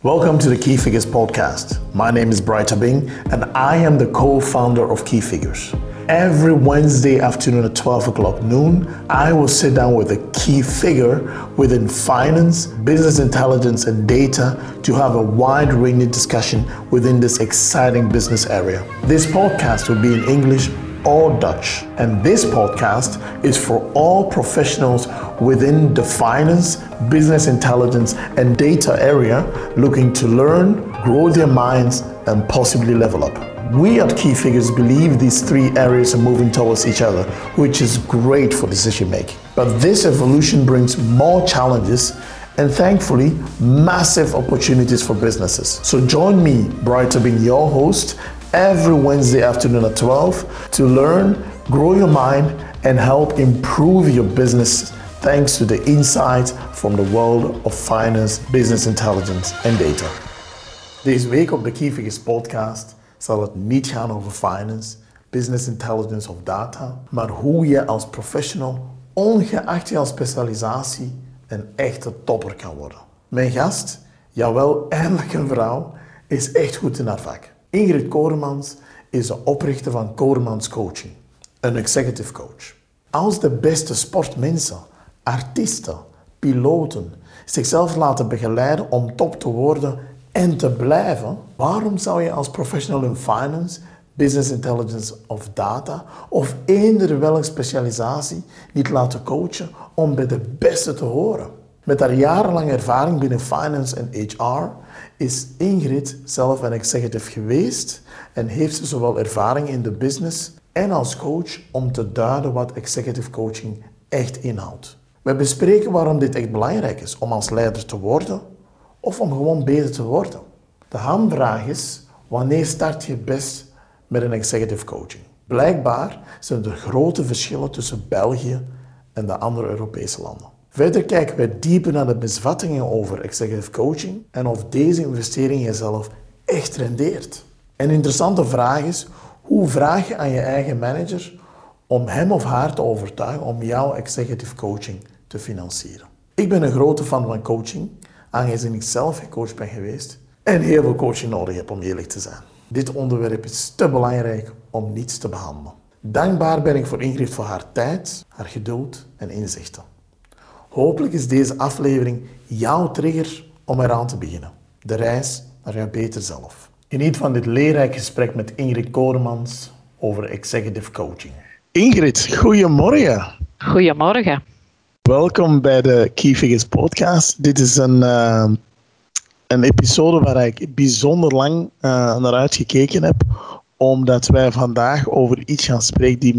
Welcome to the Key Figures podcast. My name is Bright Abing and I am the co-founder of Key Figures. Every Wednesday afternoon at 12 o'clock noon, I will sit down with a key figure within finance, business intelligence, and data to have a wide-ranging discussion within this exciting business area. This podcast will be in English or Dutch, and this podcast is for all professionals within the finance, business intelligence, and data area looking to learn, grow their minds, and possibly level up. We at Key Figures believe these three areas are moving towards each other, which is great for decision making. But this evolution brings more challenges and thankfully massive opportunities for businesses. So join me, Bright Abing, your host, every Wednesday afternoon at 12 to learn, grow your mind, and help improve your business thanks to the insights from the world of finance, business intelligence en data. Deze week op de Key Figures podcast zal het niet gaan over finance, business intelligence of data, maar hoe je als professional, ongeacht jouw specialisatie, een echte topper kan worden. Mijn gast, jawel, eindelijk een vrouw, is echt goed in haar vak. Ingrid Koremans is de oprichter van Koremans Coaching, een executive coach. Als de beste sportmensen, artiesten, piloten zichzelf laten begeleiden om top te worden en te blijven, waarom zou je als professional in finance, business intelligence of data of eender welke specialisatie niet laten coachen om bij de beste te horen? Met haar jarenlange ervaring binnen finance en HR is Ingrid zelf een executive geweest en heeft ze zowel ervaring in de business en als coach om te duiden wat executive coaching echt inhoudt. We bespreken waarom dit echt belangrijk is om als leider te worden of om gewoon beter te worden. De hamvraag is, wanneer start je best met een executive coaching? Blijkbaar zijn er grote verschillen tussen België en de andere Europese landen. Verder kijken we dieper naar de misvattingen over executive coaching en of deze investering jezelf echt rendeert. Een interessante vraag is, hoe vraag je aan je eigen manager om hem of haar te overtuigen om jouw executive coaching te financieren? Ik ben een grote fan van coaching, aangezien ik zelf gecoacht ben geweest en heel veel coaching nodig heb om eerlijk te zijn. Dit onderwerp is te belangrijk om niets te behandelen. Dankbaar ben ik voor Ingrid voor haar tijd, haar geduld en inzichten. Hopelijk is deze aflevering jouw trigger om eraan te beginnen. De reis naar jouw beter zelf. Geniet van dit leerrijk gesprek met Ingrid Koremans over executive coaching. Ingrid, goedemorgen. Goedemorgen. Welkom bij de Key Figures podcast. Dit is een episode waar ik bijzonder lang naar uitgekeken heb, omdat wij vandaag over iets gaan spreken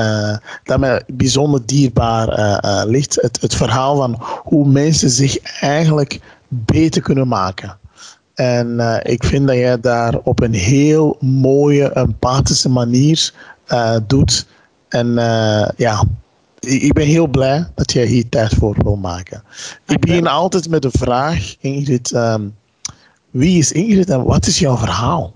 dat mij bijzonder dierbaar ligt. Het verhaal van hoe mensen zich eigenlijk beter kunnen maken. En ik vind dat jij daar op een heel mooie, empathische manier doet. En ik ben heel blij dat jij hier tijd voor wil maken. Ik begin altijd met de vraag, Ingrid, wie is Ingrid en wat is jouw verhaal?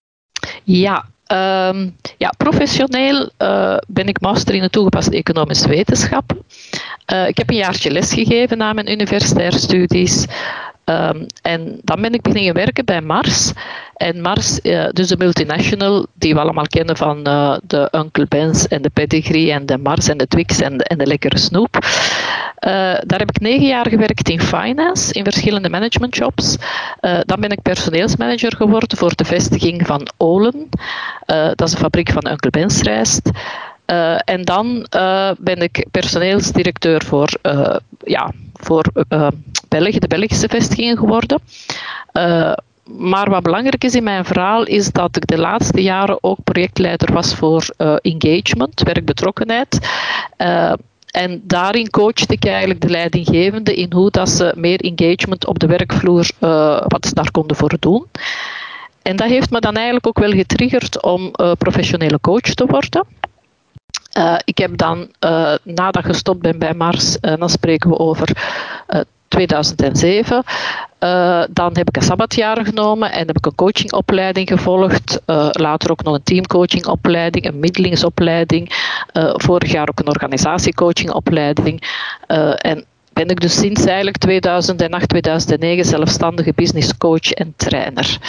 Ja, professioneel ben ik master in de toegepaste economische wetenschappen. Ik heb een jaartje lesgegeven na mijn universitaire studies. En dan ben ik beginnen werken bij Mars. En Mars, dus de multinational, die we allemaal kennen van de Uncle Ben's en de Pedigree en de Mars en de Twix en de lekkere snoep. Daar heb ik 9 jaar gewerkt in finance, in verschillende managementjobs. Dan ben ik personeelsmanager geworden voor de vestiging van Olen. Dat is een fabriek van Uncle Ben's rijst. En dan ben ik personeelsdirecteur voor België, de Belgische vestigingen geworden. Maar wat belangrijk is in mijn verhaal is dat ik de laatste jaren ook projectleider was voor engagement, werkbetrokkenheid. En daarin coachte ik eigenlijk de leidinggevenden in hoe dat ze meer engagement op de werkvloer, wat ze daar konden voor doen. En dat heeft me dan eigenlijk ook wel getriggerd om professionele coach te worden. Ik heb dan, nadat ik gestopt ben bij Mars, dan spreken we over 2007. Dan heb ik een sabbatjaar genomen en heb ik een coachingopleiding gevolgd. Later ook nog een teamcoachingopleiding, een middelingsopleiding. Vorig jaar ook een organisatiecoachingopleiding. En ben ik dus sinds eigenlijk 2008, 2009 zelfstandige business coach en trainer.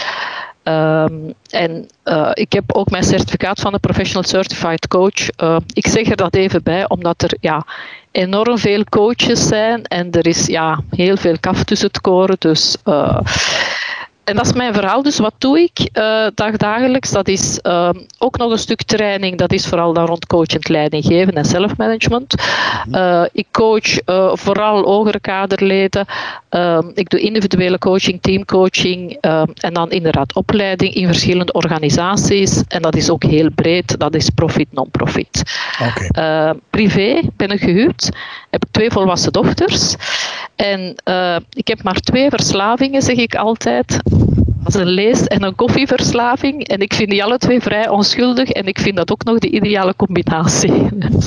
Ik heb ook mijn certificaat van de Professional Certified Coach. Ik zeg er dat even bij, omdat er enorm veel coaches zijn en er is heel veel kaf tussen het koren. Dus, en dat is mijn verhaal. Dus wat doe ik dagelijks? Dat is ook nog een stuk training. Dat is vooral dan rond coachend leidinggeven en zelfmanagement. Ik coach vooral hogere kaderleden. Ik doe individuele coaching, teamcoaching en dan inderdaad opleiding in verschillende organisaties. En dat is ook heel breed. Dat is profit, non-profit. Okay. Privé ben ik gehuwd. Heb ik 2 volwassen dochters. En ik heb maar 2 verslavingen, zeg ik altijd. Dat is een lees- en een koffieverslaving. En ik vind die alle 2 vrij onschuldig. En ik vind dat ook nog de ideale combinatie.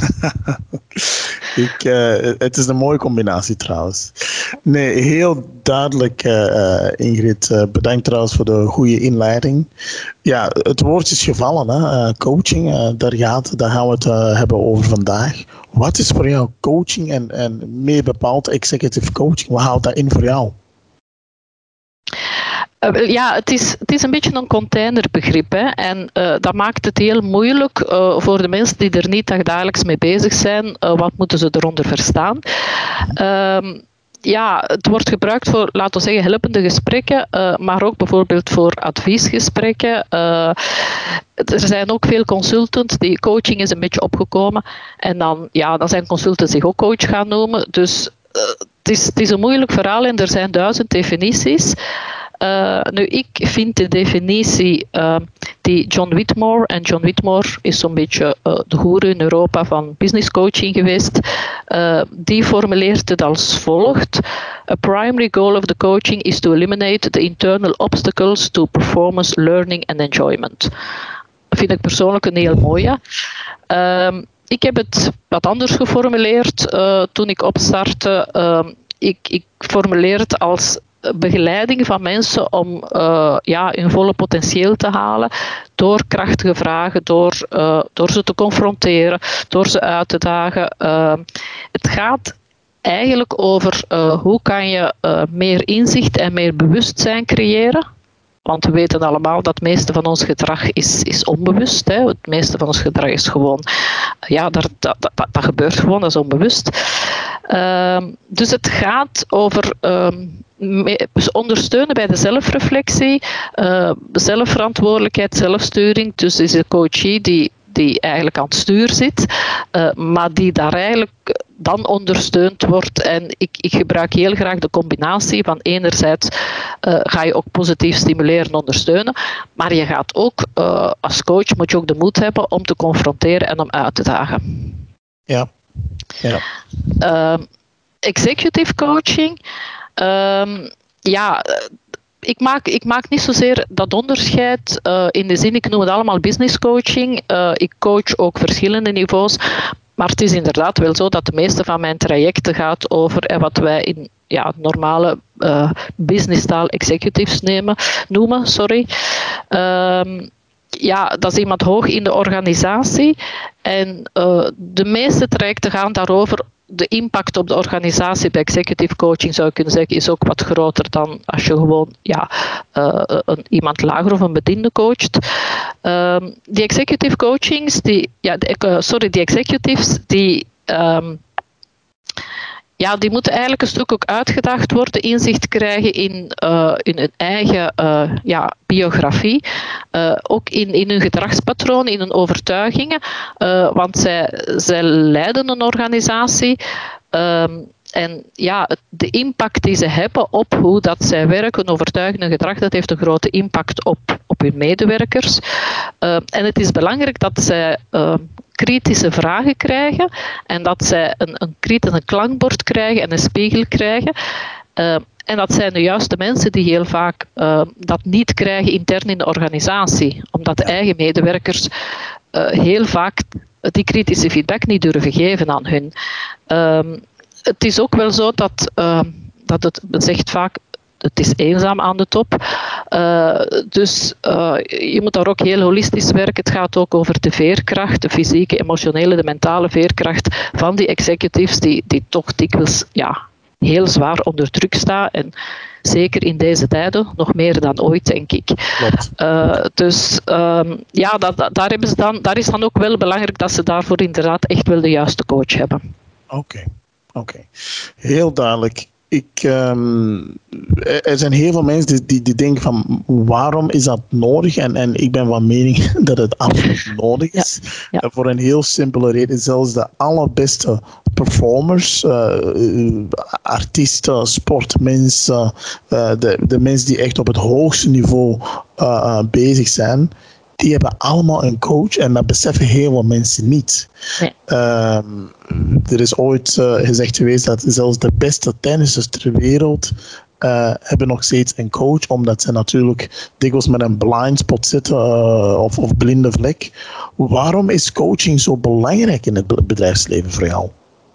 Het is een mooie combinatie trouwens. Nee, heel duidelijk, Ingrid. Bedankt trouwens voor de goede inleiding. Ja, het woord is gevallen, hè? Coaching. Daar gaan we het hebben over vandaag. Wat is voor jou coaching en meer bepaald executive coaching? Wat houdt dat in voor jou? Het is een beetje een containerbegrip. Hè? En dat maakt het heel moeilijk voor de mensen die er niet dagelijks mee bezig zijn. Wat moeten ze eronder verstaan? Het wordt gebruikt voor, laten we zeggen, helpende gesprekken, maar ook bijvoorbeeld voor adviesgesprekken. Er zijn ook veel consultants, die coaching is een beetje opgekomen. En dan zijn consultants zich ook coach gaan noemen. Dus het is een moeilijk verhaal en er zijn 1000 definities. Nu, ik vind de definitie die John Whitmore, en John Whitmore is zo'n beetje de goeroe in Europa van business coaching geweest, die formuleert het als volgt. A primary goal of the coaching is to eliminate the internal obstacles to performance, learning and enjoyment. Dat vind ik persoonlijk een heel mooie. Ik heb het wat anders geformuleerd toen ik opstartte. Ik formuleer het als begeleiding van mensen om hun volle potentieel te halen door krachtige vragen, door ze te confronteren, door ze uit te dagen. Het gaat eigenlijk over hoe kan je meer inzicht en meer bewustzijn creëren. Want we weten allemaal dat het meeste van ons gedrag is onbewust. Hè. Het meeste van ons gedrag is gewoon, dat gebeurt gewoon, dat is onbewust. Dus het gaat over ondersteunen bij de zelfreflectie, zelfverantwoordelijkheid, zelfsturing. Dus is een coachie die eigenlijk aan het stuur zit, maar die daar eigenlijk dan ondersteund wordt. En ik gebruik heel graag de combinatie van enerzijds ga je ook positief stimuleren en ondersteunen, maar je gaat ook als coach moet je ook de moed hebben om te confronteren en om uit te dagen. Ja. Executive coaching. Ik maak niet zozeer dat onderscheid in de zin, ik noem het allemaal business coaching. Ik coach ook verschillende niveaus. Maar het is inderdaad wel zo dat de meeste van mijn trajecten gaat over wat wij in normale businesstaal executives noemen. Dat is iemand hoog in de organisatie. En de meeste trajecten gaan daarover. De impact op de organisatie bij executive coaching, zou ik kunnen zeggen, is ook wat groter dan als je gewoon iemand lager of een bediende coacht. Die executive coachings, die executives, die moeten eigenlijk een stuk ook uitgedaagd worden, inzicht krijgen in hun eigen biografie, ook in hun gedragspatroon, in hun overtuigingen, want zij leiden een organisatie. En de impact die ze hebben op hoe dat zij werken, overtuigende gedrag, dat heeft een grote impact op hun medewerkers. En het is belangrijk dat zij kritische vragen krijgen en dat zij een klankbord krijgen en een spiegel krijgen. En dat zijn de juiste mensen die heel vaak dat niet krijgen intern in de organisatie, omdat de eigen medewerkers heel vaak die kritische feedback niet durven geven aan hun. Het is ook wel zo dat het zegt vaak, het is eenzaam aan de top. Dus je moet daar ook heel holistisch werken. Het gaat ook over de veerkracht, de fysieke, emotionele, de mentale veerkracht van die executives die toch dikwijls heel zwaar onder druk staat. En zeker in deze tijden nog meer dan ooit, denk ik. Dus daar is dan ook wel belangrijk dat ze daarvoor inderdaad echt wel de juiste coach hebben. Oké. Heel duidelijk. Er zijn heel veel mensen die denken van waarom is dat nodig? En ik ben van mening dat het absoluut nodig is. Ja. Voor een heel simpele reden. Zelfs de allerbeste performers, artiesten, sportmensen, de mensen die echt op het hoogste niveau bezig zijn, die hebben allemaal een coach en dat beseffen heel veel mensen niet. Nee. Er is ooit gezegd geweest dat zelfs de beste tennissers ter wereld hebben nog steeds een coach, omdat ze natuurlijk dikwijls met een blind spot zitten of blinde vlek. Waarom is coaching zo belangrijk in het bedrijfsleven voor jou?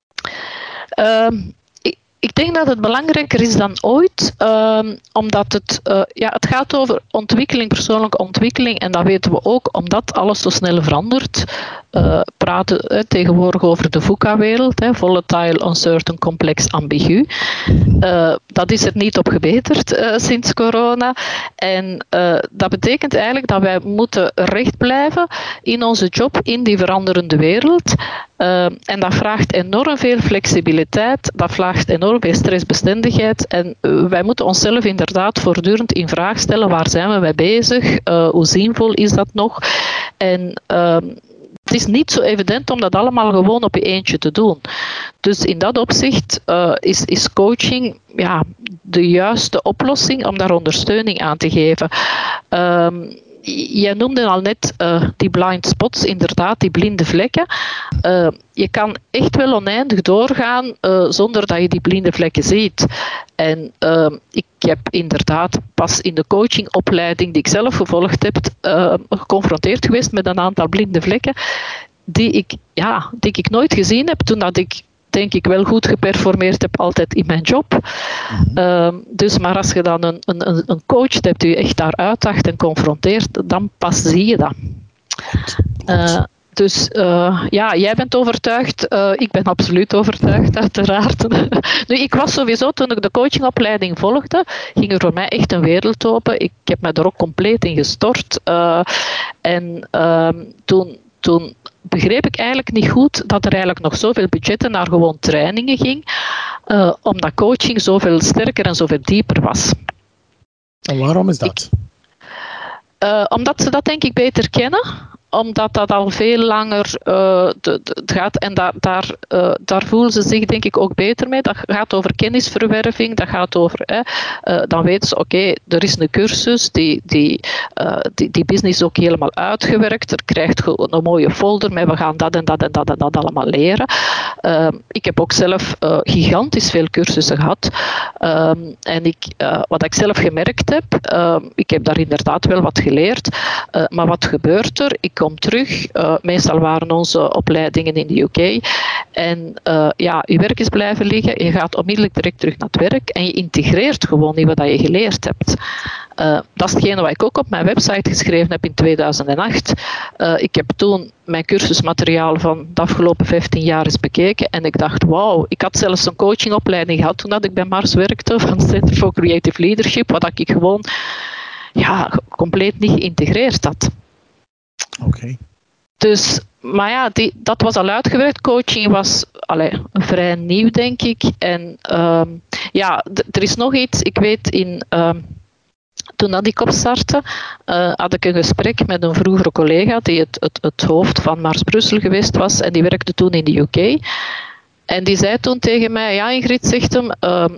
Ik denk dat het belangrijker is dan ooit, omdat het gaat over ontwikkeling, persoonlijke ontwikkeling, en dat weten we ook omdat alles zo snel verandert. Praten tegenwoordig over de VUCA-wereld, volatile, uncertain, complex, ambigu. Dat is er niet op gebeterd sinds corona. En dat betekent eigenlijk dat wij moeten recht blijven in onze job in die veranderende wereld. En dat vraagt enorm veel flexibiliteit, dat vraagt enorm veel stressbestendigheid. En wij moeten onszelf inderdaad voortdurend in vraag stellen, waar zijn we mee bezig? Hoe zinvol is dat nog? En het is niet zo evident om dat allemaal gewoon op je eentje te doen. Dus in dat opzicht is coaching de juiste oplossing om daar ondersteuning aan te geven. Jij noemde al net die blind spots, inderdaad, die blinde vlekken. Je kan echt wel oneindig doorgaan zonder dat je die blinde vlekken ziet. En ik heb inderdaad pas in de coachingopleiding die ik zelf gevolgd heb, geconfronteerd geweest met een aantal blinde vlekken die ik nooit gezien heb toen dat ik denk ik wel goed geperformeerd heb altijd in mijn job. Dus maar als je dan een coach hebt die je echt daar uitdaagt en confronteert, dan pas zie je dat. Dus jij bent overtuigd, ik ben absoluut overtuigd, uiteraard. Nu, ik was sowieso, toen ik de coachingopleiding volgde, ging er voor mij echt een wereld open. Ik heb me er ook compleet in gestort. En toen begreep ik eigenlijk niet goed dat er eigenlijk nog zoveel budgetten naar gewoon trainingen ging, omdat coaching zoveel sterker en zoveel dieper was. En waarom is dat? Omdat ze dat denk ik beter kennen. Omdat dat al veel langer gaat en daar voelen ze zich denk ik ook beter mee. Dat gaat over kennisverwerving, dat gaat over, dan weten ze oké, er is een cursus, die business is ook helemaal uitgewerkt, er krijgt gewoon een mooie folder met we gaan dat en dat en dat en dat allemaal leren. Ik heb ook zelf gigantisch veel cursussen gehad en wat ik zelf gemerkt heb, ik heb daar inderdaad wel wat geleerd, maar wat gebeurt er? Ik kom terug. Meestal waren onze opleidingen in de UK. En je werk is blijven liggen. Je gaat onmiddellijk direct terug naar het werk. En je integreert gewoon niet wat je geleerd hebt. Dat is hetgene wat ik ook op mijn website geschreven heb in 2008. Ik heb toen mijn cursusmateriaal van de afgelopen 15 jaar eens bekeken. En ik dacht, wauw, ik had zelfs een coachingopleiding gehad toen dat ik bij Mars werkte. Van Center for Creative Leadership. Wat ik gewoon compleet niet geïntegreerd had. Okay. Dus, maar dat was al uitgewerkt. Coaching was vrij nieuw, denk ik. En er is nog iets. Ik weet, toen dat ik opstartte, had ik een gesprek met een vroegere collega die het hoofd van Mars Brussel geweest was. En die werkte toen in de UK. En die zei toen tegen mij, ja Ingrid, zegt hem,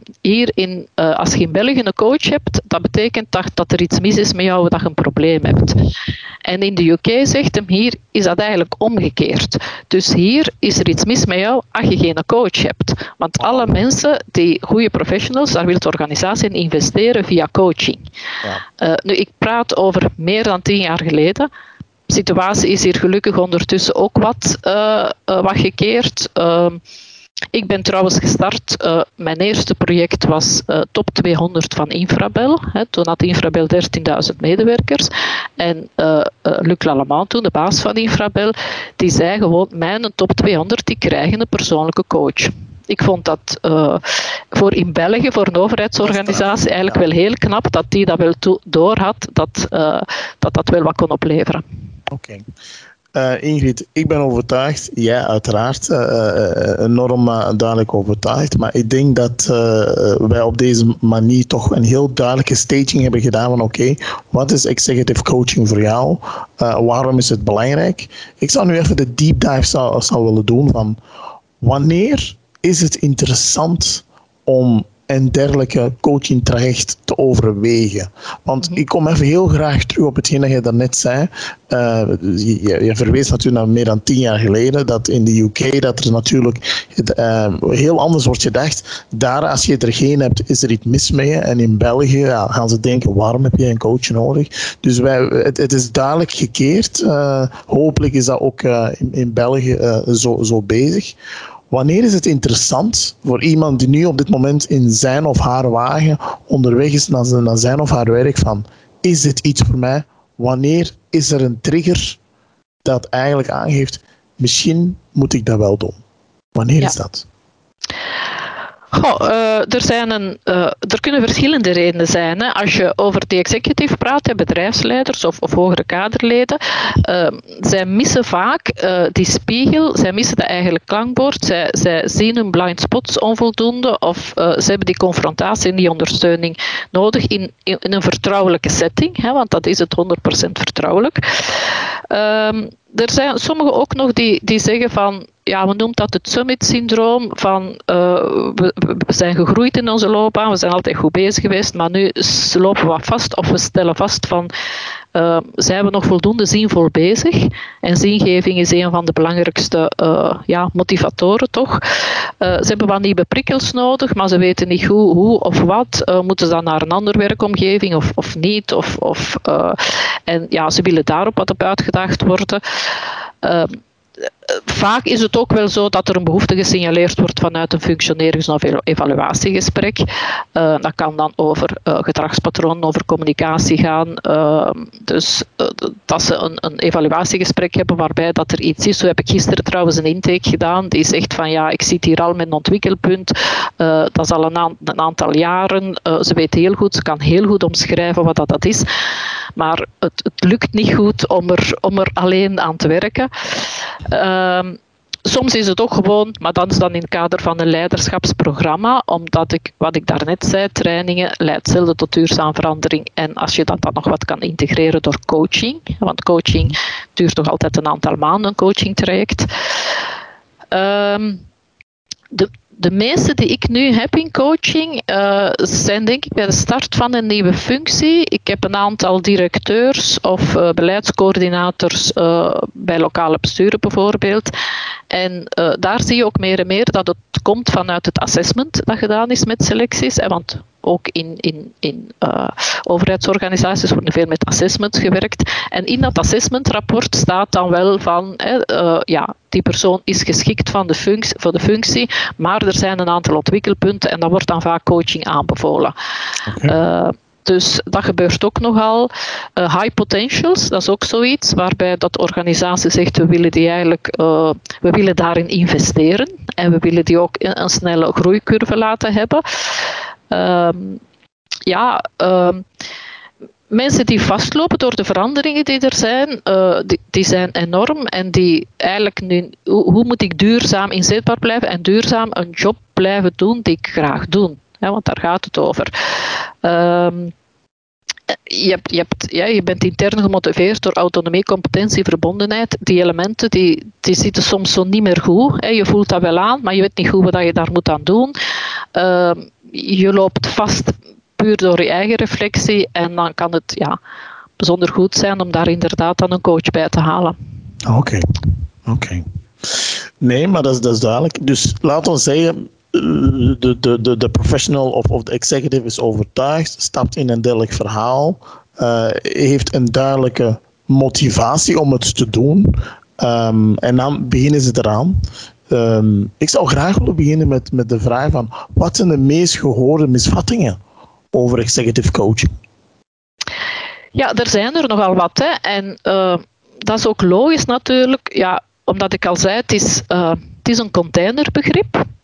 als je in België een coach hebt, dat betekent dat er iets mis is met jou, dat je een probleem hebt. En in de UK zegt hem, hier is dat eigenlijk omgekeerd. Dus hier is er iets mis met jou als je geen coach hebt. Want alle mensen, die goede professionals, daar wil de organisatie in investeren via coaching. Ja. Nu, ik praat over meer dan 10 jaar geleden. De situatie is hier gelukkig ondertussen ook wat gekeerd. Ik ben trouwens gestart, mijn eerste project was top 200 van Infrabel. Toen had Infrabel 13.000 medewerkers. En Luc Lallemand, toen de baas van Infrabel, die zei gewoon, mijn top 200 die krijgen een persoonlijke coach. ik vond dat voor in België, voor een overheidsorganisatie, eigenlijk wel heel knap dat die dat wel doorhad, dat wel wat kon opleveren. Oké. Ingrid, ik ben overtuigd, jij uiteraard, enorm duidelijk overtuigd, maar ik denk dat wij op deze manier toch een heel duidelijke staging hebben gedaan van oké, wat is executive coaching voor jou? Waarom is het belangrijk? Ik zou nu even de deep dive zou willen doen van wanneer is het interessant om een dergelijke coaching traject te overwegen. Want ik kom even heel graag terug op hetgeen dat je daarnet zei. Je verwees natuurlijk naar meer dan 10 jaar geleden, dat in de UK dat er natuurlijk heel anders wordt gedacht. Daar, als je er geen hebt, is er iets mis mee. En in België gaan ze denken, waarom heb je een coach nodig? Dus het is duidelijk gekeerd. Hopelijk is dat ook in België zo bezig. Wanneer is het interessant voor iemand die nu op dit moment in zijn of haar wagen onderweg is naar zijn of haar werk van, is dit iets voor mij? Wanneer is er een trigger dat eigenlijk aangeeft, misschien moet ik dat wel doen? Wanneer is dat? Er kunnen verschillende redenen zijn. Hè. Als je over de executive praat, bedrijfsleiders of hogere kaderleden, zij missen vaak die spiegel, zij missen de eigen klankbord, zij zien hun blind spots onvoldoende of ze hebben die confrontatie en die ondersteuning nodig in een vertrouwelijke setting, hè, want dat is het 100% vertrouwelijk. Er zijn sommigen ook nog die zeggen van, ja, we noemen dat het summit-syndroom, van we zijn gegroeid in onze loopbaan, we zijn altijd goed bezig geweest, maar nu lopen we wat vast of we stellen vast van, zijn we nog voldoende zinvol bezig? En zingeving is een van de belangrijkste motivatoren, toch? Ze hebben wat nieuwe prikkels nodig, maar ze weten niet hoe of wat. Moeten ze dan naar een andere werkomgeving of niet? En ja, ze willen daarop wat op uitgedaagd worden. Vaak is het ook wel zo dat er een behoefte gesignaleerd wordt vanuit een functionerings- of evaluatiegesprek. Dat kan dan over gedragspatronen, over communicatie gaan. Dat ze een evaluatiegesprek hebben waarbij dat er iets is. Zo heb ik gisteren trouwens een intake gedaan die zegt van ja, ik zit hier al met een ontwikkelpunt. Dat is al een aantal jaren. Ze weet heel goed, ze kan heel goed omschrijven wat dat is. Maar het lukt niet goed om er alleen aan te werken. Soms is het ook gewoon, maar dat is dan in het kader van een leiderschapsprogramma, omdat wat ik daarnet zei, trainingen leidt zelden tot duurzame verandering. En als je dat dan nog wat kan integreren door coaching, want coaching duurt toch altijd een aantal maanden, een coachingtraject. De meeste die ik nu heb in coaching zijn denk ik bij de start van een nieuwe functie. Ik heb een aantal directeurs of beleidscoördinators bij lokale besturen bijvoorbeeld. En daar zie je ook meer en meer dat het komt vanuit het assessment dat gedaan is met selecties. Want ook in overheidsorganisaties wordt veel met assessments gewerkt. En in dat assessmentrapport staat dan wel van, die persoon is geschikt voor de functie, maar er zijn een aantal ontwikkelpunten en dan wordt dan vaak coaching aanbevolen. Okay. Dus dat gebeurt ook nogal. High potentials, dat is ook zoiets waarbij dat de organisatie zegt we willen daarin investeren en we willen die ook een snelle groeicurve laten hebben. Mensen die vastlopen door de veranderingen die er zijn, die zijn enorm en die eigenlijk nu, hoe moet ik duurzaam inzetbaar blijven en duurzaam een job blijven doen die ik graag doe? Ja, want daar gaat het over. Je bent intern gemotiveerd door autonomie, competentie, verbondenheid. Die elementen die zitten soms zo niet meer goed. Je voelt dat wel aan, maar je weet niet goed wat je daar moet aan doen. Je loopt vast puur door je eigen reflectie en dan kan het bijzonder goed zijn om daar inderdaad dan een coach bij te halen. Oké. Nee, maar dat is duidelijk. Dus laten we zeggen, de professional of de executive is overtuigd, stapt in een dergelijk verhaal, heeft een duidelijke motivatie om het te doen en dan beginnen ze eraan. Ik zou graag willen beginnen met de vraag van wat zijn de meest gehoorde misvattingen over executive coaching? Ja, er zijn er nogal wat. Hè. En dat is ook logisch natuurlijk. Ja, omdat ik al zei, het is een containerbegrip.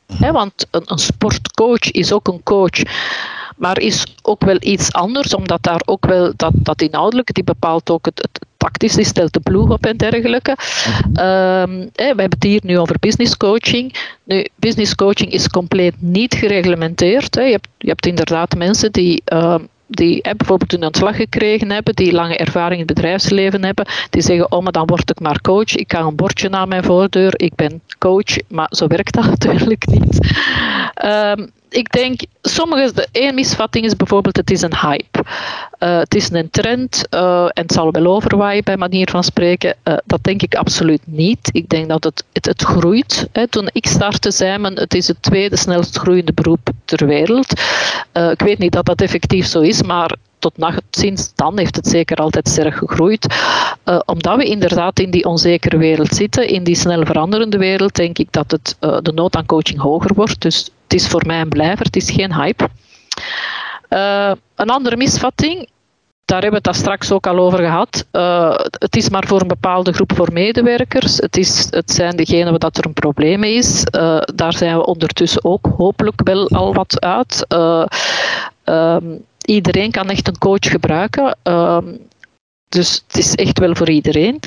Want een sportcoach is ook een coach, maar is ook wel iets anders, omdat daar ook wel dat inhoudelijke, die bepaalt ook het tactisch, die stelt de ploeg op en dergelijke. We hebben het hier nu over business coaching. Nu, business coaching is compleet niet gereglementeerd. Je hebt inderdaad mensen die bijvoorbeeld een ontslag gekregen hebben, die lange ervaring in het bedrijfsleven hebben, die zeggen, maar dan word ik maar coach, ik kan een bordje aan mijn voordeur, ik ben coach, maar zo werkt dat natuurlijk niet. Ik denk, één misvatting is bijvoorbeeld, het is een hype. Het is een trend en het zal wel overwaaien bij manier van spreken. Dat denk ik absoluut niet. Ik denk dat het groeit. Toen ik startte, zei men, het is het tweede snelst groeiende beroep ter wereld. Ik weet niet dat dat effectief zo is, maar sinds dan heeft het zeker altijd sterk gegroeid. Omdat we inderdaad in die onzekere wereld zitten, in die snel veranderende wereld, denk ik dat de nood aan coaching hoger wordt. Dus het is voor mij een blijver, het is geen hype. Een andere misvatting, daar hebben we het straks ook al over gehad. Het is maar voor een bepaalde groep voor medewerkers. Het zijn degenen waar dat er een probleem is. Daar zijn we ondertussen ook hopelijk wel al wat uit. Iedereen kan echt een coach gebruiken. Dus het is echt wel voor iedereen.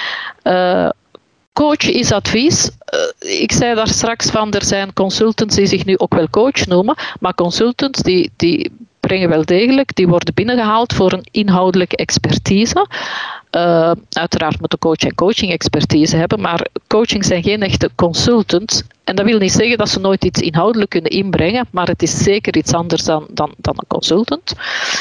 Coach is advies. Ik zei daar straks van, er zijn consultants die zich nu ook wel coach noemen, maar consultants die brengen wel degelijk, die worden binnengehaald voor een inhoudelijke expertise. Uiteraard moet de coach en coaching expertise hebben, maar coaching zijn geen echte consultants. En dat wil niet zeggen dat ze nooit iets inhoudelijk kunnen inbrengen, maar het is zeker iets anders dan een consultant.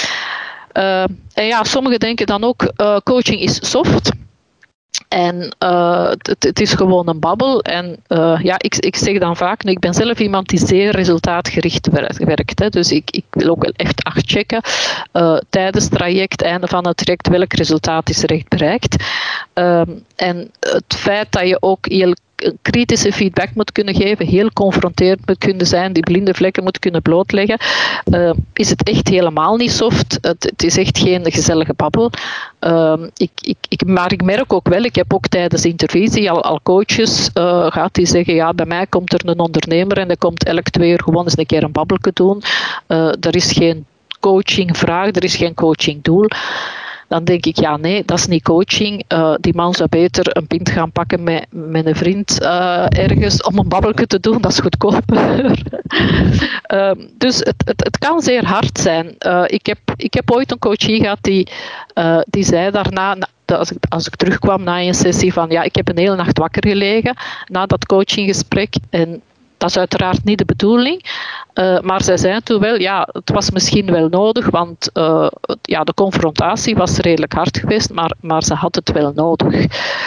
En sommigen denken dan ook, coaching is soft. En het is gewoon een babbel. En ik zeg dan vaak, ik ben zelf iemand die zeer resultaatgericht werkt. Hè. Dus ik wil ook wel echt checken tijdens het traject, einde van het traject, welk resultaat is er echt bereikt. En het feit dat je ook heel kritische feedback moet kunnen geven, heel confronterend moet kunnen zijn, die blinde vlekken moet kunnen blootleggen, is het echt helemaal niet soft. Het is echt geen gezellige babbel. Maar ik merk ook wel, ik heb ook tijdens intervisie al coaches gehad die zeggen, bij mij komt er een ondernemer en die komt elk 2 uur gewoon eens een keer een babbelke doen. Er is geen coachingvraag, er is geen coachingdoel. Dan denk ik, nee, dat is niet coaching. Die man zou beter een pint gaan pakken met een vriend ergens om een babbelke te doen. Dat is goedkoper. Dus het kan zeer hard zijn. Ik heb ooit een coachie gehad die zei daarna, als ik terugkwam na een sessie van, ik heb een hele nacht wakker gelegen na dat coachinggesprek. En dat is uiteraard niet de bedoeling, maar zij zei toen wel, het was misschien wel nodig, want de confrontatie was redelijk hard geweest, maar ze had het wel nodig.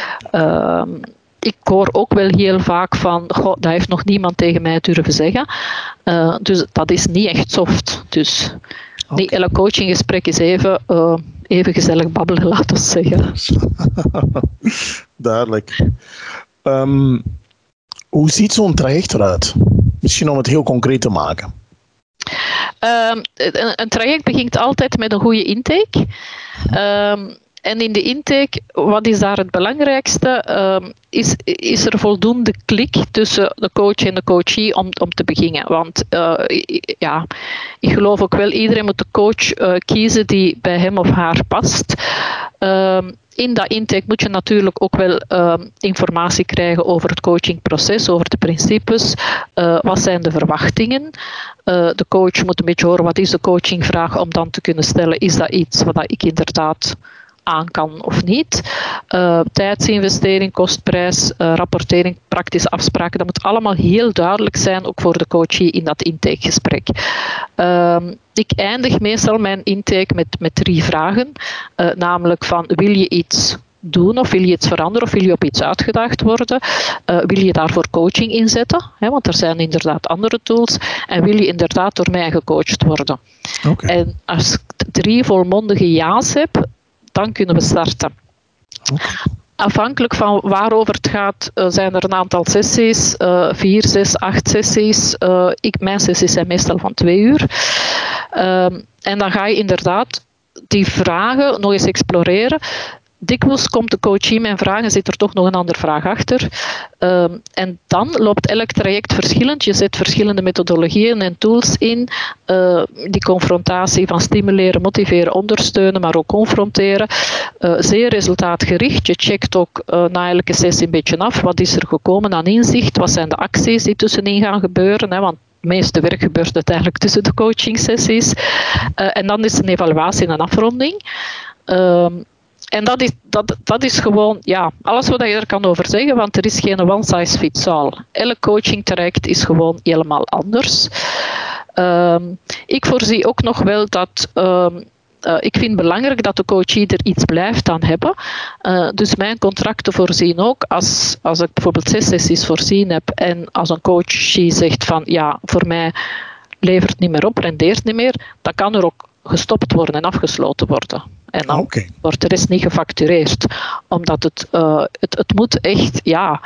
Ik hoor ook wel heel vaak van, dat heeft nog niemand tegen mij durven zeggen. Dus dat is niet echt soft. Dus niet elk coachinggesprek is even gezellig babbelen, laten we zeggen. Duidelijk. Hoe ziet zo'n traject eruit? Misschien om het heel concreet te maken. Een traject begint altijd met een goede intake. En in de intake, wat is daar het belangrijkste? Is er voldoende klik tussen de coach en de coachee om te beginnen? Want ik geloof ook wel, iedereen moet de coach kiezen die bij hem of haar past. In dat intake moet je natuurlijk ook wel informatie krijgen over het coachingproces, over de principes. Wat zijn de verwachtingen? De coach moet een beetje horen, wat is de coachingvraag, om dan te kunnen stellen, is dat iets wat ik inderdaad aan kan of niet. Tijdsinvestering, kostprijs, rapportering, praktische afspraken, dat moet allemaal heel duidelijk zijn, ook voor de coachie in dat intakegesprek. Ik eindig meestal mijn intake met 3 vragen, namelijk van, wil je iets doen of wil je iets veranderen of wil je op iets uitgedaagd worden? Wil je daarvoor coaching inzetten? Want er zijn inderdaad andere tools. En wil je inderdaad door mij gecoacht worden? Okay. En als ik 3 volmondige ja's heb, dan kunnen we starten. Okay. Afhankelijk van waarover het gaat, zijn er een aantal sessies, 4, 6, 8 sessies. Mijn sessies zijn meestal van 2 uur. En dan ga je inderdaad die vragen nog eens exploreren. dikwijls komt de coachie met een vraag en zit er toch nog een andere vraag achter. En dan loopt elk traject verschillend. Je zet verschillende methodologieën en tools in. Die confrontatie van stimuleren, motiveren, ondersteunen, maar ook confronteren. Zeer resultaatgericht. Je checkt ook na elke sessie een beetje af. Wat is er gekomen aan inzicht? Wat zijn de acties die tussenin gaan gebeuren? Hè? Want het meeste werk gebeurt uiteindelijk tussen de coachingsessies. En dan is een evaluatie en een afronding. En dat is gewoon alles wat je er kan over zeggen, want er is geen one size fits all. Elk coaching traject is gewoon helemaal anders. Ik voorzie ook nog wel dat... ik vind het belangrijk dat de coachie er iets blijft aan hebben. Dus mijn contracten voorzien ook, als ik bijvoorbeeld 6 sessies voorzien heb en als een coachie zegt van voor mij levert niet meer op, rendeert niet meer, dan kan er ook gestopt worden en afgesloten worden. En dan wordt de rest niet gefactureerd. Omdat het moet echt,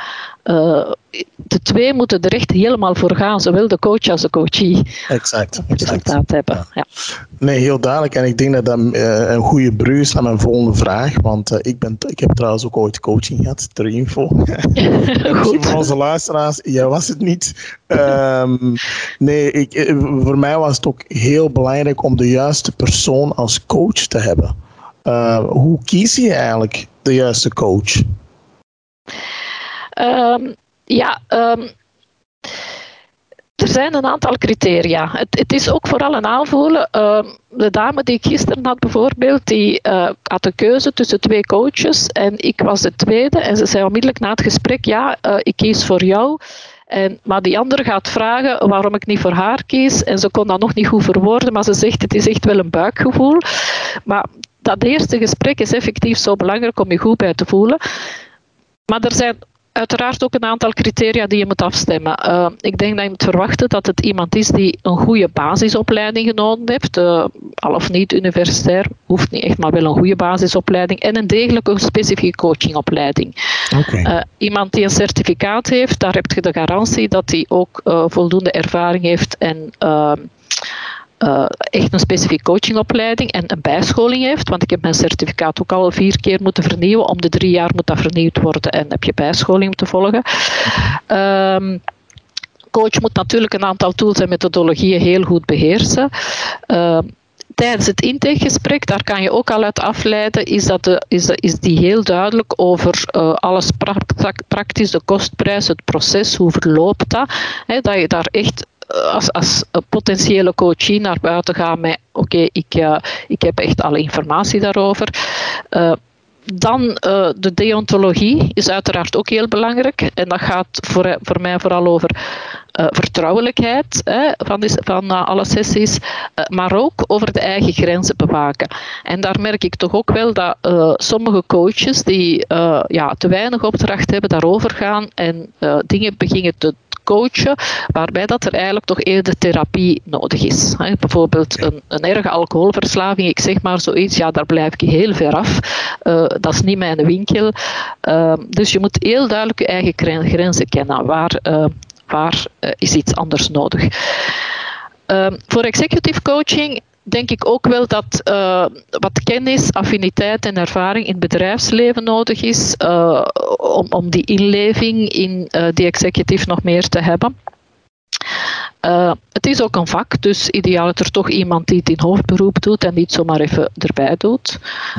de twee moeten er echt helemaal voor gaan, zowel de coach als de coachie. Exact. Resultaat hebben. Ja. Nee, heel duidelijk. En ik denk dat dat een goede brug is naar mijn volgende vraag. Want ik heb trouwens ook ooit coaching gehad, ter info. Misschien voor onze luisteraars, jij was het niet. Voor mij was het ook heel belangrijk om de juiste persoon als coach te hebben. Hoe kies je eigenlijk de juiste coach? Er zijn een aantal criteria. Het is ook vooral een aanvoelen. De dame die ik gisteren had bijvoorbeeld, die had de keuze tussen 2 coaches en ik was de tweede. En ze zei onmiddellijk na het gesprek, ik kies voor jou. Maar die andere gaat vragen waarom ik niet voor haar kies. En ze kon dat nog niet goed verwoorden, maar ze zegt het is echt wel een buikgevoel. Maar dat eerste gesprek is effectief zo belangrijk om je goed bij te voelen. Maar er zijn uiteraard ook een aantal criteria die je moet afstemmen. Ik denk dat je moet verwachten dat het iemand is die een goede basisopleiding genomen heeft. Al of niet universitair, hoeft niet echt, maar wel een goede basisopleiding. En een degelijke specifieke coachingopleiding. Iemand die een certificaat heeft, daar heb je de garantie dat hij ook voldoende ervaring heeft en... echt een specifieke coachingopleiding en een bijscholing heeft, want ik heb mijn certificaat ook al 4 keer moeten vernieuwen. Om de 3 jaar moet dat vernieuwd worden en heb je bijscholing moeten volgen. Coach moet natuurlijk een aantal tools en methodologieën heel goed beheersen. Tijdens het intakegesprek, daar kan je ook al uit afleiden, is die heel duidelijk over alles praktisch, de kostprijs, het proces, hoe verloopt dat. Dat je daar echt als potentiële coachie naar buiten gaat met ik heb echt alle informatie daarover. Dan de deontologie is uiteraard ook heel belangrijk. En dat gaat voor mij vooral over vertrouwelijkheid van alle sessies, maar ook over de eigen grenzen bewaken. En daar merk ik toch ook wel dat sommige coaches die te weinig opdracht hebben, daarover gaan en dingen beginnen te coachen, waarbij dat er eigenlijk toch eerder therapie nodig is. Bijvoorbeeld een erge alcoholverslaving, ik zeg maar zoiets, daar blijf ik heel ver af. Dat is niet mijn winkel. Dus je moet heel duidelijk je eigen grenzen kennen. Waar is iets anders nodig? Voor executive coaching denk ik ook wel dat wat kennis, affiniteit en ervaring in het bedrijfsleven nodig is om die inleving in die executive nog meer te hebben. Het is ook een vak, dus ideaal is er toch iemand die het in hoofdberoep doet en niet zomaar even erbij doet.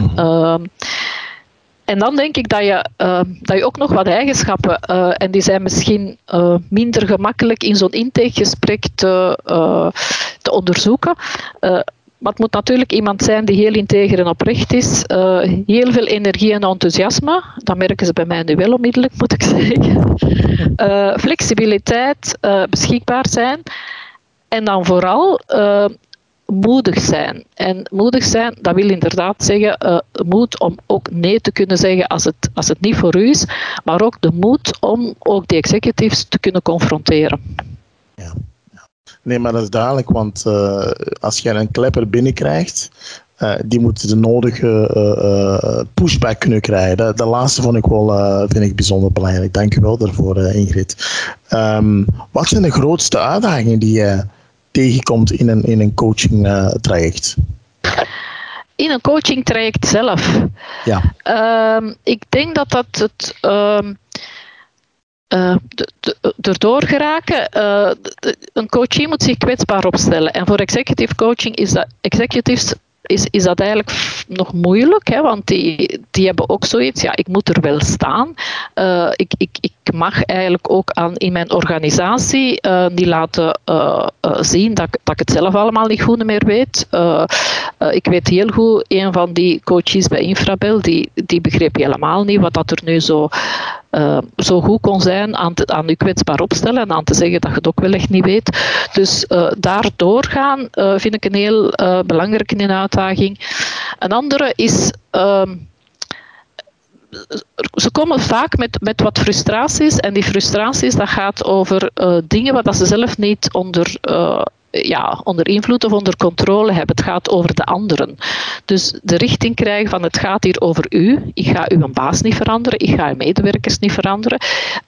En dan denk ik dat je ook nog wat eigenschappen, en die zijn misschien minder gemakkelijk in zo'n intakegesprek te onderzoeken. Maar het moet natuurlijk iemand zijn die heel integer en oprecht is. Heel veel energie en enthousiasme. Dat merken ze bij mij nu wel onmiddellijk, moet ik zeggen. Flexibiliteit, beschikbaar zijn. En dan vooral moedig zijn. En moedig zijn, dat wil inderdaad zeggen moed om ook nee te kunnen zeggen als het niet voor u is. Maar ook de moed om ook die executives te kunnen confronteren. Ja. Nee, maar dat is duidelijk, want als je een klepper binnenkrijgt, die moet de nodige pushback kunnen krijgen. Dat laatste vind ik bijzonder belangrijk. Dank u wel daarvoor, Ingrid. Wat zijn de grootste uitdagingen die je tegenkomt in een coaching traject? in een coachingtraject zelf. Ja. Ik denk dat het erdoor geraken. Een coachie moet zich kwetsbaar opstellen. En voor executive coaching is dat eigenlijk nog moeilijk, hè, want die hebben ook zoiets, ja, ik moet er wel staan. Ik mag eigenlijk ook in mijn organisatie niet laten zien dat ik het zelf allemaal niet goed meer weet. Ik weet heel goed, een van die coaches bij Infrabel, die begreep helemaal niet wat dat er nu zo goed kon zijn aan je kwetsbaar opstellen en aan te zeggen dat je het ook wel echt niet weet. Dus daardoor gaan vind ik een heel belangrijke uitdaging. Een andere is, ze komen vaak met wat frustraties en die frustraties dat gaat over dingen wat ze zelf niet onder invloed of onder controle hebben. Het gaat over de anderen. Dus de richting krijgen van het gaat hier over u. Ik ga uw baas niet veranderen. Ik ga uw medewerkers niet veranderen.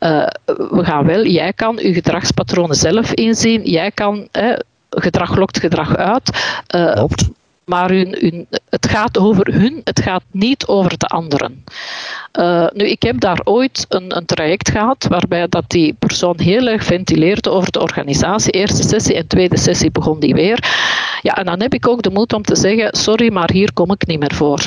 Jij kan uw gedragspatronen zelf inzien. Jij kan, gedrag lokt gedrag uit. Maar het gaat over hun, het gaat niet over de anderen. Nu, ik heb daar ooit een traject gehad waarbij dat die persoon heel erg ventileerde over de organisatie. Eerste sessie en tweede sessie begon die weer. Ja, en dan heb ik ook de moed om te zeggen, sorry, maar hier kom ik niet meer voor.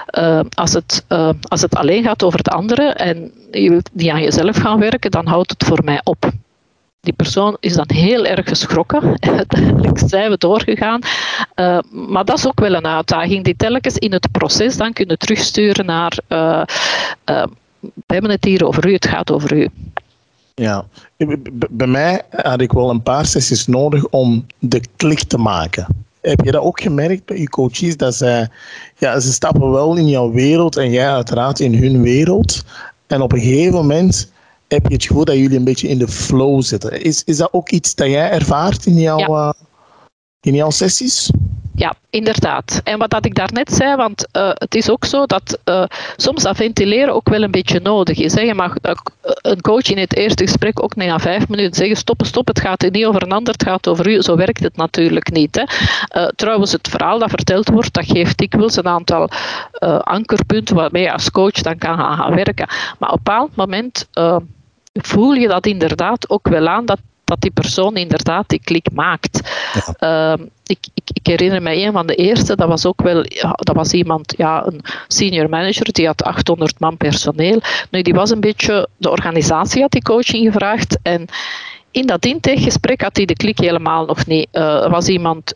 Als het alleen gaat over de anderen en je wilt niet aan jezelf gaan werken, dan houdt het voor mij op. Die persoon is dan heel erg geschrokken. Uiteindelijk zijn we doorgegaan. Maar dat is ook wel een uitdaging die telkens in het proces dan kunnen terugsturen naar we hebben het hier over u, het gaat over u. Ja, bij mij had ik wel een paar sessies nodig om de klik te maken. Heb je dat ook gemerkt bij je coaches? Dat ze stappen wel in jouw wereld en jij uiteraard in hun wereld. En op een gegeven moment heb je het gevoel dat jullie een beetje in de flow zitten. Is dat ook iets dat jij ervaart in jouw sessies? Ja, inderdaad. En wat ik daarnet zei, want het is ook zo dat soms dat ventileren ook wel een beetje nodig is. Hè. Je mag een coach in het eerste gesprek ook na 5 minuten zeggen stop, het gaat niet over een ander, het gaat over u. Zo werkt het natuurlijk niet. Hè. Trouwens, het verhaal dat verteld wordt, dat geeft dikwijls een aantal ankerpunten waarmee je als coach dan kan gaan werken. Maar op een bepaald moment voel je dat inderdaad ook wel aan, dat die persoon inderdaad die klik maakt. Ja. Ik herinner me een van de eerste, dat was iemand, een senior manager, die had 800 man personeel. Nu, die was een beetje, de organisatie had die coaching gevraagd en in dat intakegesprek had hij de klik helemaal nog niet. Er was iemand,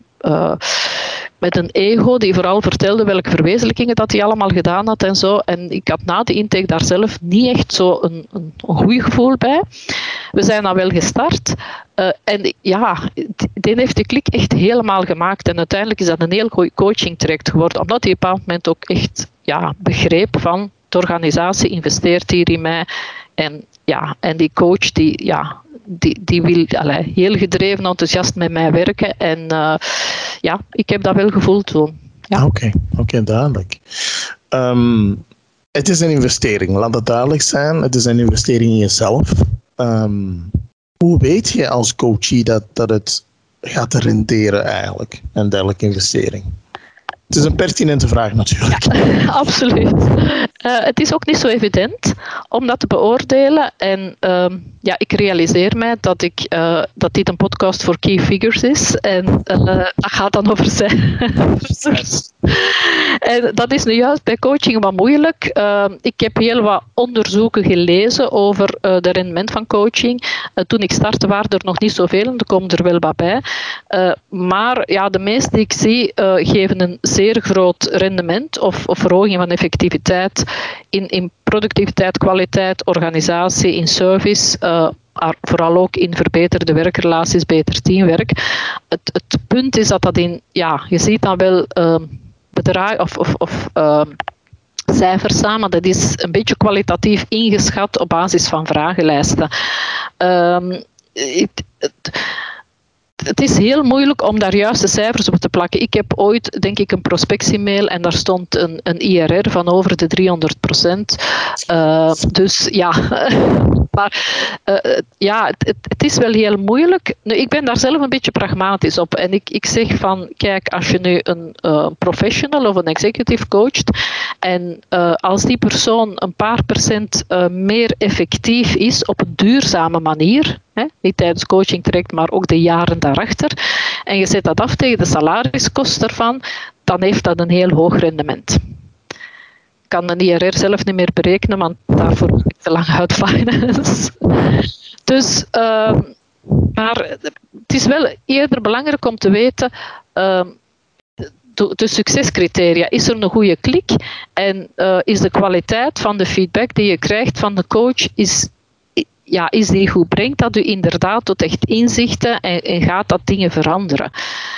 met een ego die vooral vertelde welke verwezenlijkingen dat hij allemaal gedaan had en zo. En ik had na de intake daar zelf niet echt zo een goed gevoel bij. We zijn dan wel gestart. Die heeft de klik echt helemaal gemaakt. En uiteindelijk is dat een heel goed coaching traject geworden. Omdat hij op een bepaald moment ook echt begreep van de organisatie investeert hier in mij. En die coach die wil heel gedreven, enthousiast met mij werken. En ik heb dat wel gevoeld toen. Ja. Oké, duidelijk. Het is een investering, laat het duidelijk zijn. Het is een investering in jezelf. Hoe weet je als coachie dat het gaat renderen eigenlijk, een dergelijke investering? Het is een pertinente vraag natuurlijk. Ja, absoluut. Het is ook niet zo evident om dat te beoordelen. En ik realiseer mij dat dit een podcast voor key figures is. En dat gaat dan over cijfers. En dat is nu juist bij coaching wat moeilijk. Ik heb heel wat onderzoeken gelezen over de rendement van coaching. Toen ik startte waren er nog niet zoveel en er komen er wel wat bij. Maar de meeste die ik zie geven een zeer groot rendement of verhoging van effectiviteit in productiviteit, kwaliteit, organisatie, in service, vooral ook in verbeterde werkrelaties, beter teamwerk. Het punt is dat je ziet dan wel bedrag of cijfers samen, dat is een beetje kwalitatief ingeschat op basis van vragenlijsten. Het is heel moeilijk om daar juiste cijfers op te plakken. Ik heb ooit, denk ik, een prospectiemail en daar stond een IRR van over de 300%. Dus ja, Maar het is wel heel moeilijk. Nu, ik ben daar zelf een beetje pragmatisch op. En ik zeg van, kijk, als je nu een professional of een executive coacht en als die persoon een paar procent meer effectief is op een duurzame manier, niet tijdens coaching direct, maar ook de jaren daarachter, en je zet dat af tegen de salariskost ervan, dan heeft dat een heel hoog rendement. Ik kan de IRR zelf niet meer berekenen, want daarvoor moet ik te lang uit finance. Dus, maar het is wel eerder belangrijk om te weten, de succescriteria, is er een goede klik en is de kwaliteit van de feedback die je krijgt van de coach, is die goed? Brengt dat u inderdaad tot echt inzichten en gaat dat dingen veranderen?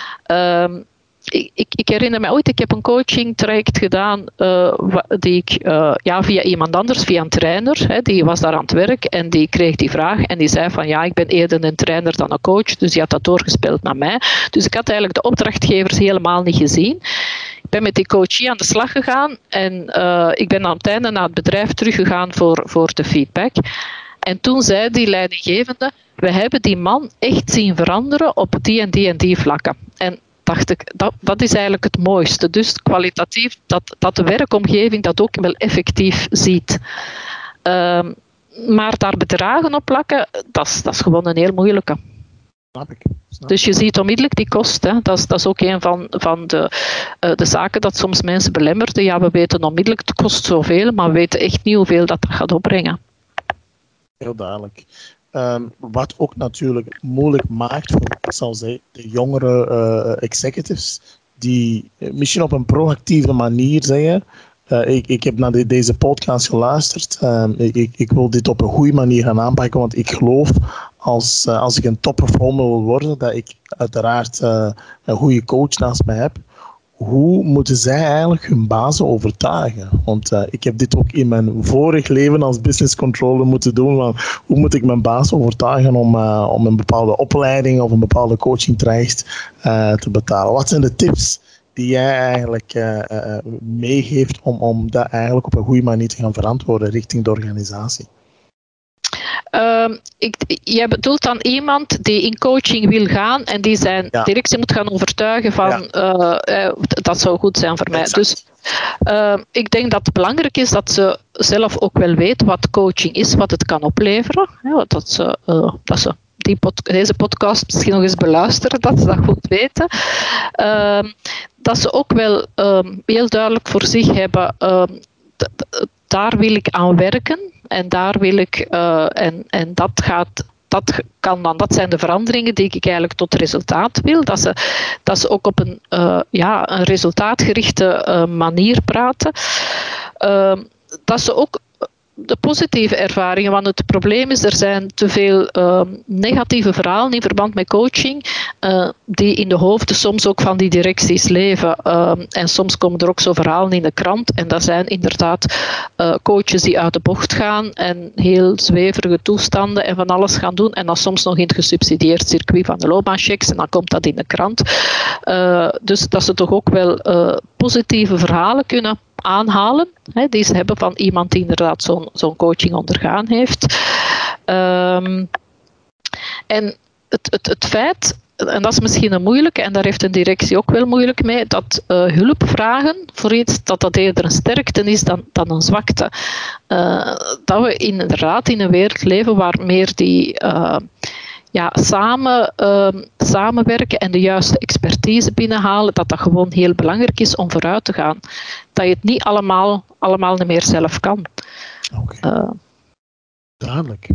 Ik herinner me ooit, ik heb een coaching traject gedaan die ik via iemand anders, via een trainer, die was daar aan het werk en die kreeg die vraag en die zei van ik ben eerder een trainer dan een coach, dus die had dat doorgespeeld naar mij. Dus ik had eigenlijk de opdrachtgevers helemaal niet gezien. Ik ben met die coachie aan de slag gegaan en ik ben aan het einde naar het bedrijf teruggegaan voor de feedback. En toen zei die leidinggevende, we hebben die man echt zien veranderen op die en die en die vlakken. En dacht ik, dat is eigenlijk het mooiste. Dus kwalitatief, dat de werkomgeving dat ook wel effectief ziet. Maar daar bedragen op plakken, dat is gewoon een heel moeilijke. Snap ik. Dus je ziet onmiddellijk die kosten. Dat is ook een van de zaken dat soms mensen belemmert. Ja, we weten onmiddellijk, het kost zoveel, maar we weten echt niet hoeveel dat gaat opbrengen. Heel duidelijk. Wat ook natuurlijk moeilijk maakt voor, ik zal zeggen, de jongere executives, die misschien op een proactieve manier zeggen, ik heb naar deze podcast geluisterd, ik wil dit op een goede manier gaan aanpakken, want ik geloof als ik een topperformer wil worden, dat ik uiteraard een goede coach naast mij heb. Hoe moeten zij eigenlijk hun bazen overtuigen? Want ik heb dit ook in mijn vorig leven als business controller moeten doen. Maar hoe moet ik mijn baas overtuigen om een bepaalde opleiding of een bepaalde coaching traject te betalen? Wat zijn de tips die jij eigenlijk meegeeft om dat eigenlijk op een goede manier te gaan verantwoorden richting de organisatie? Jij bedoelt dan iemand die in coaching wil gaan en die zijn directie moet gaan overtuigen van dat zou goed zijn voor mij. Exact. Dus ik denk dat het belangrijk is dat ze zelf ook wel weten wat coaching is, wat het kan opleveren. Dat ze deze podcast misschien nog eens beluisteren, dat ze dat goed weten. Dat ze ook wel heel duidelijk voor zich hebben, daar wil ik aan werken. En daar wil ik, en dat zijn de veranderingen die ik eigenlijk tot resultaat wil. Dat ze ook op een resultaatgerichte manier praten. Dat ze ook de positieve ervaringen, want het probleem is, er zijn te veel negatieve verhalen in verband met coaching, die in de hoofden soms ook van die directies leven. En soms komen er ook zo verhalen in de krant en dat zijn inderdaad coaches die uit de bocht gaan en heel zweverige toestanden en van alles gaan doen en dan soms nog in het gesubsidieerd circuit van de loopbaanchecks en dan komt dat in de krant. Dus dat ze toch ook wel positieve verhalen kunnen aanhalen, die ze hebben van iemand die inderdaad zo'n coaching ondergaan heeft. En het feit, en dat is misschien een moeilijke, en daar heeft een directie ook wel moeilijk mee, dat hulp vragen voor iets, dat eerder een sterkte is dan een zwakte. Dat we inderdaad in een wereld leven waar meer die samenwerken en de juiste expertise binnenhalen, dat gewoon heel belangrijk is om vooruit te gaan. Dat je het niet allemaal niet meer zelf kan. Okay. Duidelijk.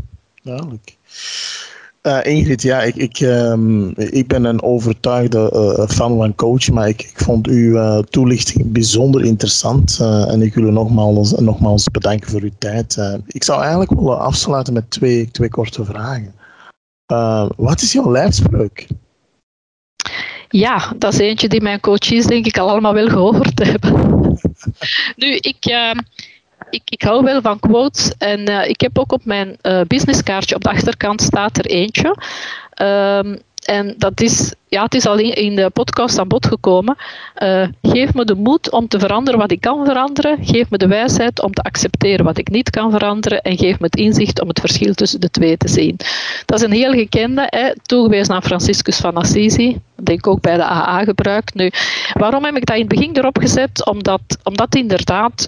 Ingrid, ik ben een overtuigde fan van coach, maar ik vond uw toelichting bijzonder interessant en ik wil u nogmaals bedanken voor uw tijd. Ik zou eigenlijk willen afsluiten met twee korte vragen. Wat is jouw lijfspreuk? Ja, dat is eentje die mijn coaches denk ik al allemaal wel gehoord hebben. Nu, ik hou wel van quotes en ik heb ook op mijn businesskaartje op de achterkant staat er eentje. En dat is, het is al in de podcast aan bod gekomen. Geef me de moed om te veranderen wat ik kan veranderen. Geef me de wijsheid om te accepteren wat ik niet kan veranderen. En geef me het inzicht om het verschil tussen de twee te zien. Dat is een heel gekende, toegewezen aan Franciscus van Assisi. Dat denk ik ook bij de AA gebruikt. Nu, waarom heb ik dat in het begin erop gezet? Omdat inderdaad...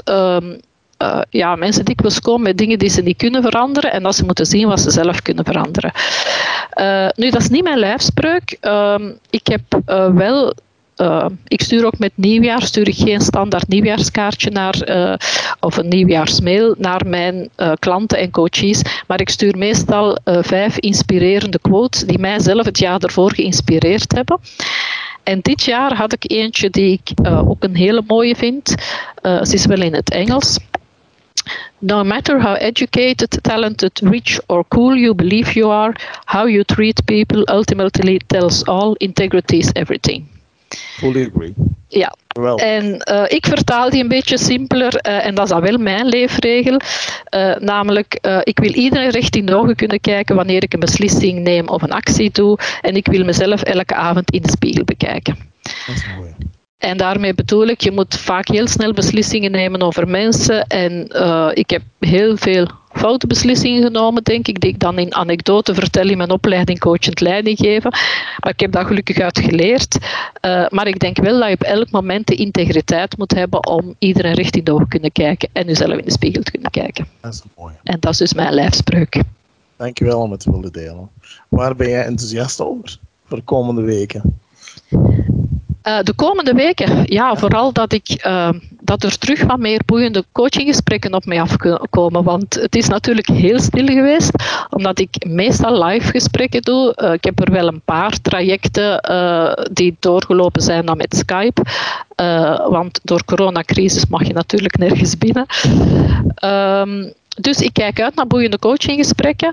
mensen dikwijls komen met dingen die ze niet kunnen veranderen en dat ze moeten zien wat ze zelf kunnen veranderen. Nu, dat is niet mijn lijfspreuk. Ik heb ik stuur ook met nieuwjaar, stuur ik geen standaard nieuwjaarskaartje of een nieuwjaarsmail naar mijn klanten en coaches, maar ik stuur meestal 5 inspirerende quotes die mij zelf het jaar ervoor geïnspireerd hebben. En dit jaar had ik eentje die ik ook een hele mooie vind. Ze is wel in het Engels. No matter how educated, talented, rich or cool you believe you are, how you treat people ultimately tells all. Integrity is everything. Fully agree. Ja, en ik vertaal die een beetje simpeler en dat is dan wel mijn leefregel. Namelijk, ik wil iedereen recht in de ogen kunnen kijken wanneer ik een beslissing neem of een actie doe. En ik wil mezelf elke avond in de spiegel bekijken. Dat is mooi. En daarmee bedoel ik, je moet vaak heel snel beslissingen nemen over mensen. En ik heb heel veel foute beslissingen genomen, denk ik, die ik dan in anekdote vertel in mijn opleiding coachend leiding geven. Maar ik heb daar gelukkig uit geleerd. Maar ik denk wel dat je op elk moment de integriteit moet hebben om iedereen recht in de ogen te kunnen kijken en jezelf in de spiegel te kunnen kijken. Dat is mooi. En dat is dus mijn lijfspreuk. Dankjewel om het te willen delen. Waar ben jij enthousiast over voor de komende weken? De komende weken, vooral dat er terug wat meer boeiende coachinggesprekken op mij afkomen. Want het is natuurlijk heel stil geweest, omdat ik meestal live gesprekken doe. Ik heb er wel een paar trajecten die doorgelopen zijn dan met Skype. Want door coronacrisis mag je natuurlijk nergens binnen. Dus ik kijk uit naar boeiende coachinggesprekken.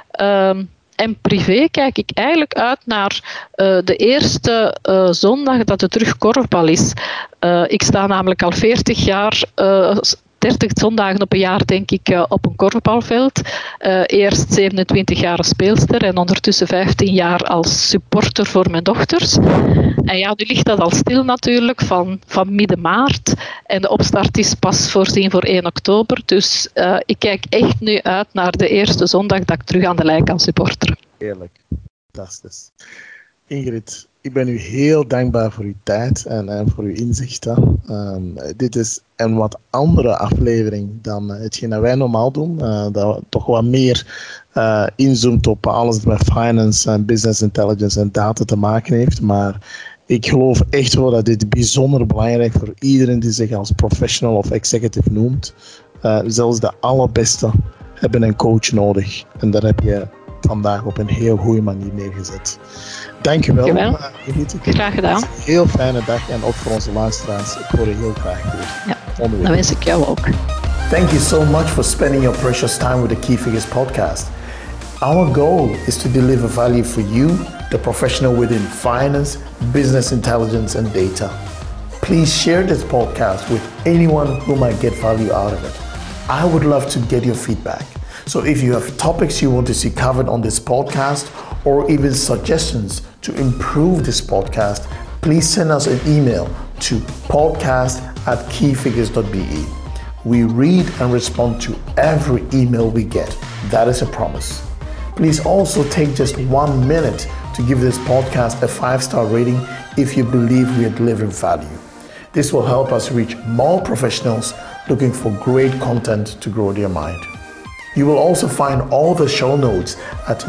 En privé kijk ik eigenlijk uit naar de eerste zondag dat er terug korfbal is. Ik sta namelijk al 40 jaar, 30 zondagen op een jaar denk ik op een korfbalveld. Eerst 27 jaar als speelster en ondertussen 15 jaar als supporter voor mijn dochters. En nu ligt dat al stil natuurlijk van midden maart. En de opstart is pas voorzien voor 1 oktober. Dus ik kijk echt nu uit naar de eerste zondag dat ik terug aan de lijn kan supporteren. Heerlijk. Fantastisch. Ingrid, ik ben u heel dankbaar voor uw tijd en voor uw inzichten. Dit is een wat andere aflevering dan hetgeen dat wij normaal doen. Dat toch wat meer inzoomt op alles dat met finance en business intelligence en data te maken heeft. Maar ik geloof echt wel dat dit bijzonder belangrijk is voor iedereen die zich als professional of executive noemt. Zelfs de allerbeste hebben een coach nodig. En daar heb je vandaag op een heel goede manier neergezet. Dankjewel. Graag gedaan. Een heel fijne dag en ook voor onze luisteraars. Ik hoor je heel graag weer. Ja, dat wens ik jou ook. Thank you so much for spending your precious time with the Key Figures podcast. Our goal is to deliver value for you, the professional within finance, business intelligence, and data. Please share this podcast with anyone who might get value out of it. I would love to get your feedback. So if you have topics you want to see covered on this podcast or even suggestions to improve this podcast, please send us an email to podcast@keyfigures.be. We read and respond to every email we get. That is a promise. Please also take just 1 minute to give this podcast a 5-star rating if you believe we are delivering value. This will help us reach more professionals looking for great content to grow their mind. You will also find all the show notes at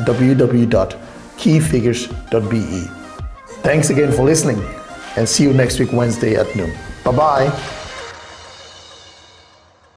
www.keyfigures.be. Thanks again for listening and see you next week Wednesday at noon. Bye-bye.